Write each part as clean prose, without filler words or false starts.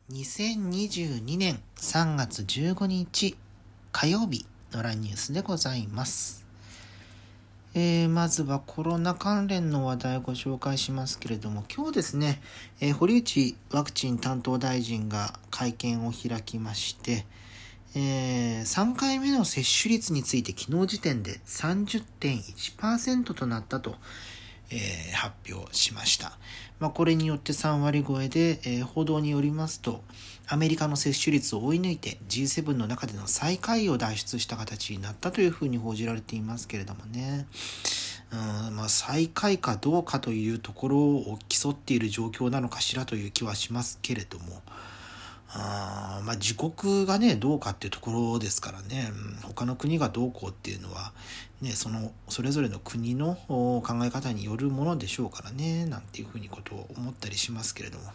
2022年3月15日火曜日のランニュースでございます。まずはコロナ関連の話題をご紹介しますけれども、今日ですね、堀内ワクチン担当大臣が会見を開きまして、3回目の接種率について昨日時点で 30.1% となったと、発表しました。これによって3割超えで、報道によりますとアメリカの接種率を追い抜いて G7 の中での最下位を脱出した形になったというふうに報じられていますけれどもね、最下位かどうかというところを競っている状況なのかしらという気はしますけれども、自国がねどうかっていうところですからね、他の国がどうこうっていうのはね、それぞれの国の考え方によるものでしょうからね、なんていうふうにことを思ったりしますけれども、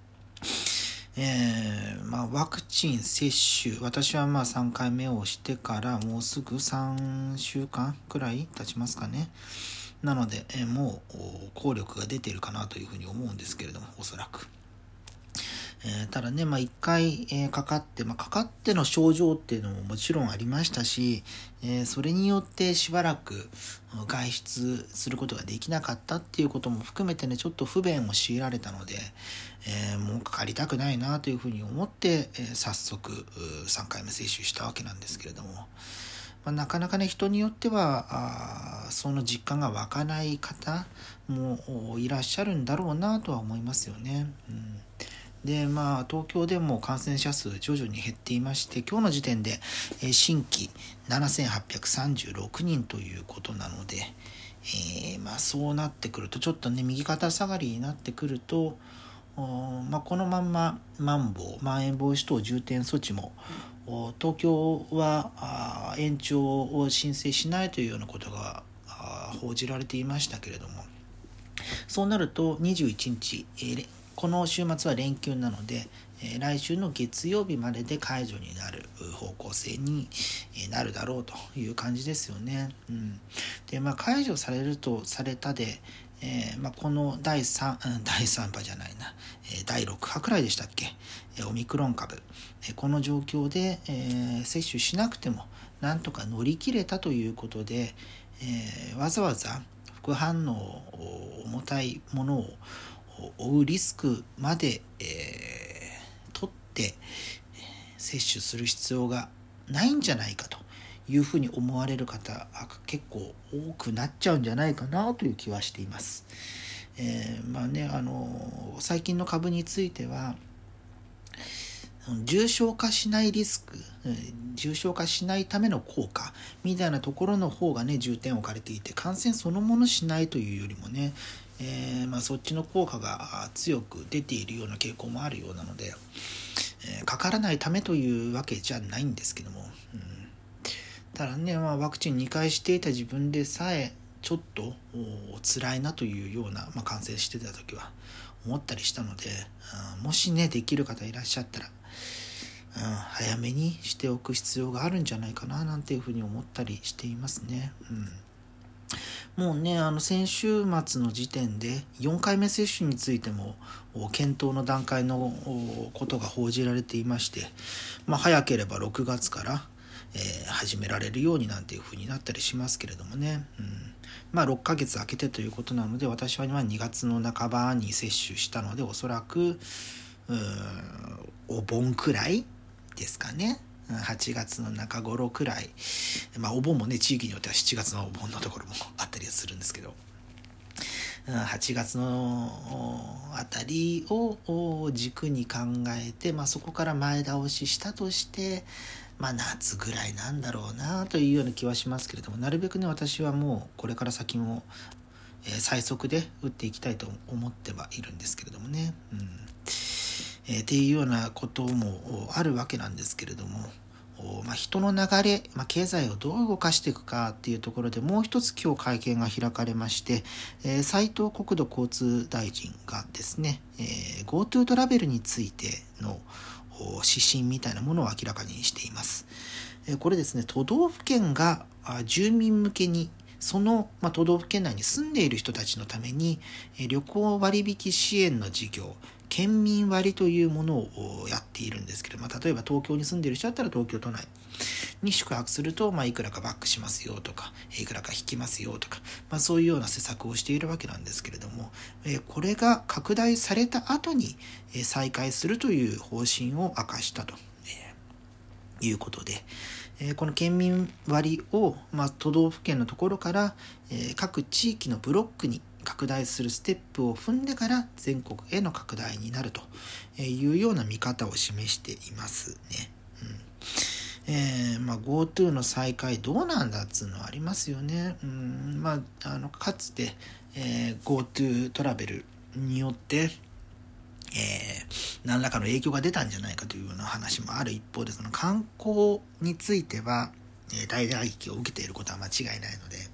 ワクチン接種、私は3回目をしてからもうすぐ3週間くらい経ちますかね。なので、もう効力が出ているかなというふうに思うんですけれども、おそらくただね、1回、かかっての症状っていうのももちろんありましたし、それによってしばらく外出することができなかったっていうことも含めてね、ちょっと不便を強いられたので、もうかかりたくないなというふうに思って、早速3回目接種したわけなんですけれども、なかなかね人によってはその実感が湧かない方もいらっしゃるんだろうなとは思いますよね。で東京でも感染者数徐々に減っていまして、今日の時点で新規7836人ということなので、そうなってくるとちょっとね右肩下がりになってくると、このまんままん延防止等重点措置も東京は延長を申請しないというようなことが報じられていましたけれども、そうなると21日、この週末は連休なので、来週の月曜日までで解除になる方向性になるだろうという感じですよね。で解除されるとされたで、この第3波じゃないな、第6波くらいでしたっけ、オミクロン株、この状況で、接種しなくてもなんとか乗り切れたということで、わざわざ副反応重たいものを負うリスクまで、取って接種する必要がないんじゃないかというふうに思われる方結構多くなっちゃうんじゃないかなという気はしています。最近の株については重症化しないリスク、重症化しないための効果みたいなところの方がね重点を置かれていて、感染そのものしないというよりもね、そっちの効果が強く出ているような傾向もあるようなので、かからないためというわけじゃないんですけども、ただね、ワクチン2回していた自分でさえちょっと辛いなというような、感染してた時は思ったりしたので、もしねできる方いらっしゃったら、早めにしておく必要があるんじゃないかななんていうふうに思ったりしていますね。もうね先週末の時点で4回目接種についても検討の段階のことが報じられていまして、早ければ6月から始められるようになんていう風になったりしますけれどもね、6ヶ月空けてということなので、私は2月の半ばに接種したので、おそらくお盆くらいですかね、8月の中頃くらい、お盆もね地域によっては7月のお盆のところもあったりするんですけど、8月のあたりを軸に考えて、そこから前倒ししたとして、夏ぐらいなんだろうなというような気はしますけれども、なるべくね私はもうこれから先も、最速で打っていきたいと思ってはいるんですけれどもね、っていうようなこともあるわけなんですけれども、人の流れ、経済をどう動かしていくかっていうところでもう一つ今日会見が開かれまして、斉藤国土交通大臣がですね、GoTo トラベルについての指針みたいなものを明らかにしています。これですね、都道府県が住民向けにその、都道府県内に住んでいる人たちのために旅行割引支援の事業県民割というものをやっているんですけど、例えば東京に住んでいる人だったら東京都内に宿泊すると、いくらかバックしますよとか、いくらか引きますよとか、そういうような施策をしているわけなんですけれども、これが拡大された後に再開するという方針を明かしたということで、この県民割を、都道府県のところから、各地域のブロックに拡大するステップを踏んでから全国への拡大になるというような見方を示していますね。GoTo の再開どうなんだっつうのはありますよね。かつて、GoTo トラベルによって何らかの影響が出たんじゃないかというような話もある一方で、その観光については、大打撃を受けていることは間違いないので、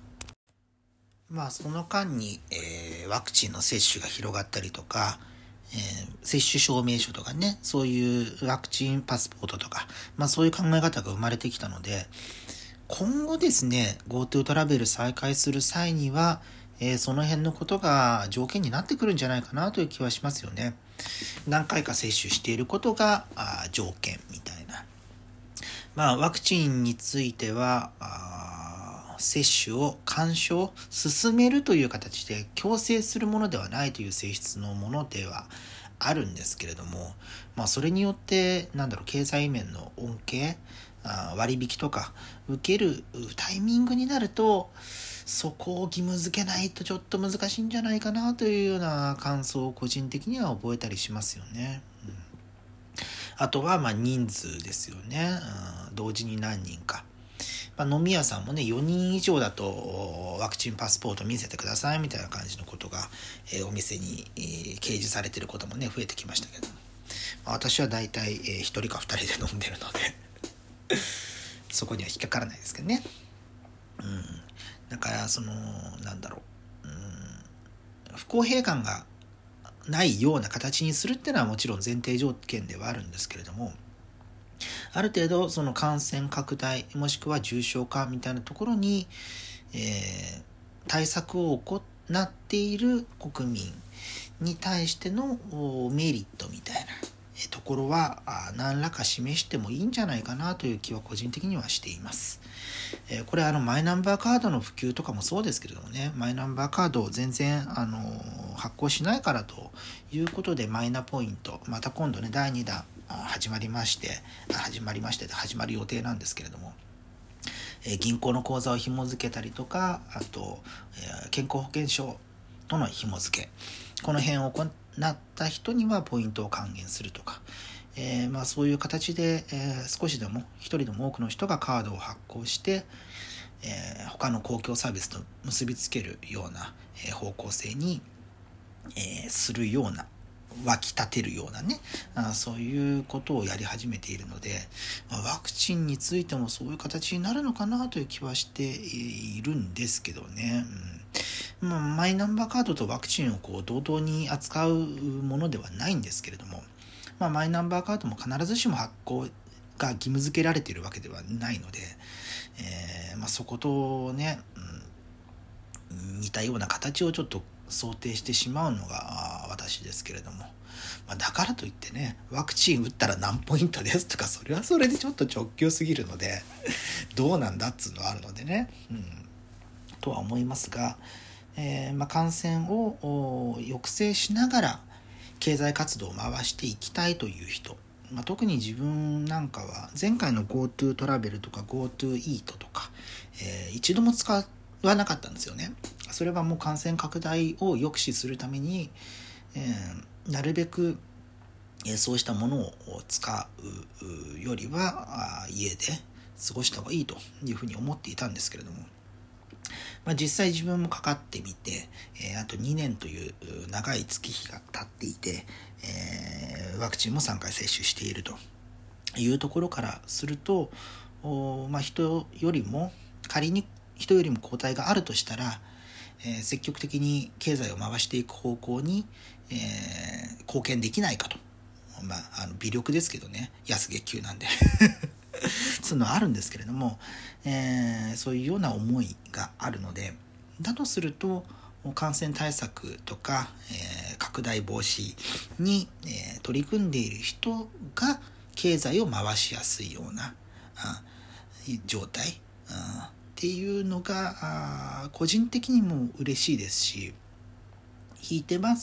その間に、ワクチンの接種が広がったりとか、接種証明書とかね、そういうワクチンパスポートとか、そういう考え方が生まれてきたので、今後ですね GoTo トラベル再開する際には、その辺のことが条件になってくるんじゃないかなという気はしますよね。何回か接種していることが条件みたいな。ワクチンについては接種を勧奨進めるという形で強制するものではないという性質のものではあるんですけれども、それによって経済面の恩恵、割引とか受けるタイミングになると、そこを義務付けないとちょっと難しいんじゃないかなというような感想を個人的には覚えたりしますよね。あとは人数ですよね。同時に何人か。飲み屋さんもね、4人以上だとワクチンパスポート見せてくださいみたいな感じのことが、お店に、掲示されていることもね増えてきましたけど、私はだいたい1人か2人で飲んでるのでそこには引っかからないですけどね。だから不公平感がないような形にするっていうのはもちろん前提条件ではあるんですけれども、ある程度その感染拡大もしくは重症化みたいなところに、対策を行っている国民に対してのメリットみたいなところは何らか示してもいいんじゃないかなという気は個人的にはしています。これマイナンバーカードの普及とかもそうですけれどもね、マイナンバーカードを全然発行しないからということでマイナポイント、また今度ね第2弾始まる予定なんですけれども、銀行の口座を紐付けたりとか、あと、健康保険証との紐付け、この辺を行った人にはポイントを還元するとか、そういう形で、少しでも一人でも多くの人がカードを発行して、他の公共サービスと結びつけるような、方向性に、するような湧き立てるようなね、そういうことをやり始めているので、ワクチンについてもそういう形になるのかなという気はしているんですけどね。マイナンバーカードとワクチンを同等に扱うものではないんですけれども、マイナンバーカードも必ずしも発行が義務付けられているわけではないので、そことね、似たような形をちょっと想定してしまうのが私ですけれども、だからといってねワクチン打ったら何ポイントですとか、それはそれでちょっと直球すぎるのでどうなんだっつうのはあるのでね、とは思いますが、感染を抑制しながら経済活動を回していきたいという人、特に自分なんかは前回の GoTo トラベルとか GoTo イートとか、一度も使わなかったんですよね。それはもう感染拡大を抑止するために、なるべくそうしたものを使うよりは家で過ごした方がいいというふうに思っていたんですけれども、実際自分もかかってみて、あと2年という長い月日が経っていて、ワクチンも3回接種しているというところからすると、仮に人よりも抗体があるとしたら、積極的に経済を回していく方向に、貢献できないかと、微力ですけどね、安月給なんでそういうのはあるんですけれども、そういうような思いがあるので、だとすると感染対策とか、拡大防止に、取り組んでいる人が経済を回しやすいような状態っていうのが個人的にも嬉しいですし、ひいては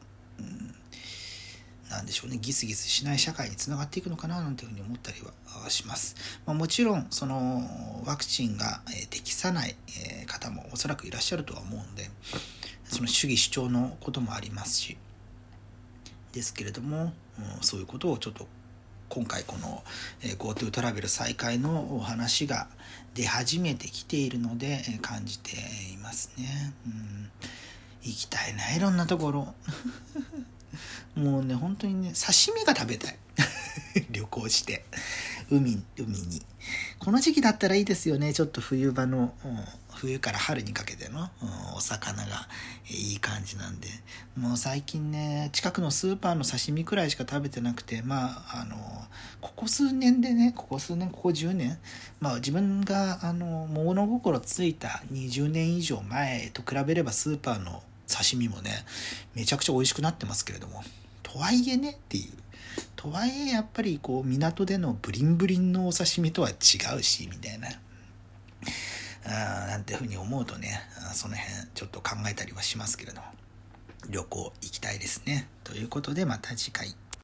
なんでしょうね、ギスギスしない社会につながっていくのかななんていうふうに思ったりはします。もちろんそのワクチンが適さない方もおそらくいらっしゃるとは思うんで、その主義主張のこともありますし、ですけれども、そういうことをちょっと今回この GoTo トラベル再開のお話が出始めてきているので感じていますね。行きたいな、いろんなところもうね、本当にね、刺身が食べたい旅行して海にこの時期だったらいいですよね。ちょっと冬場の、冬から春にかけての、お魚がいい感じなんで、もう最近ね、近くのスーパーの刺身くらいしか食べてなくて、ここ10年、自分が物心ついた20年以上前と比べればスーパーの刺身もね、めちゃくちゃ美味しくなってますけれども、とはいえねっていう。とはいえやっぱりこう港でのブリンブリンのお刺身とは違うしみたいななんていうふうに思うとね、その辺ちょっと考えたりはしますけれども、旅行行きたいですね。ということでまた次回。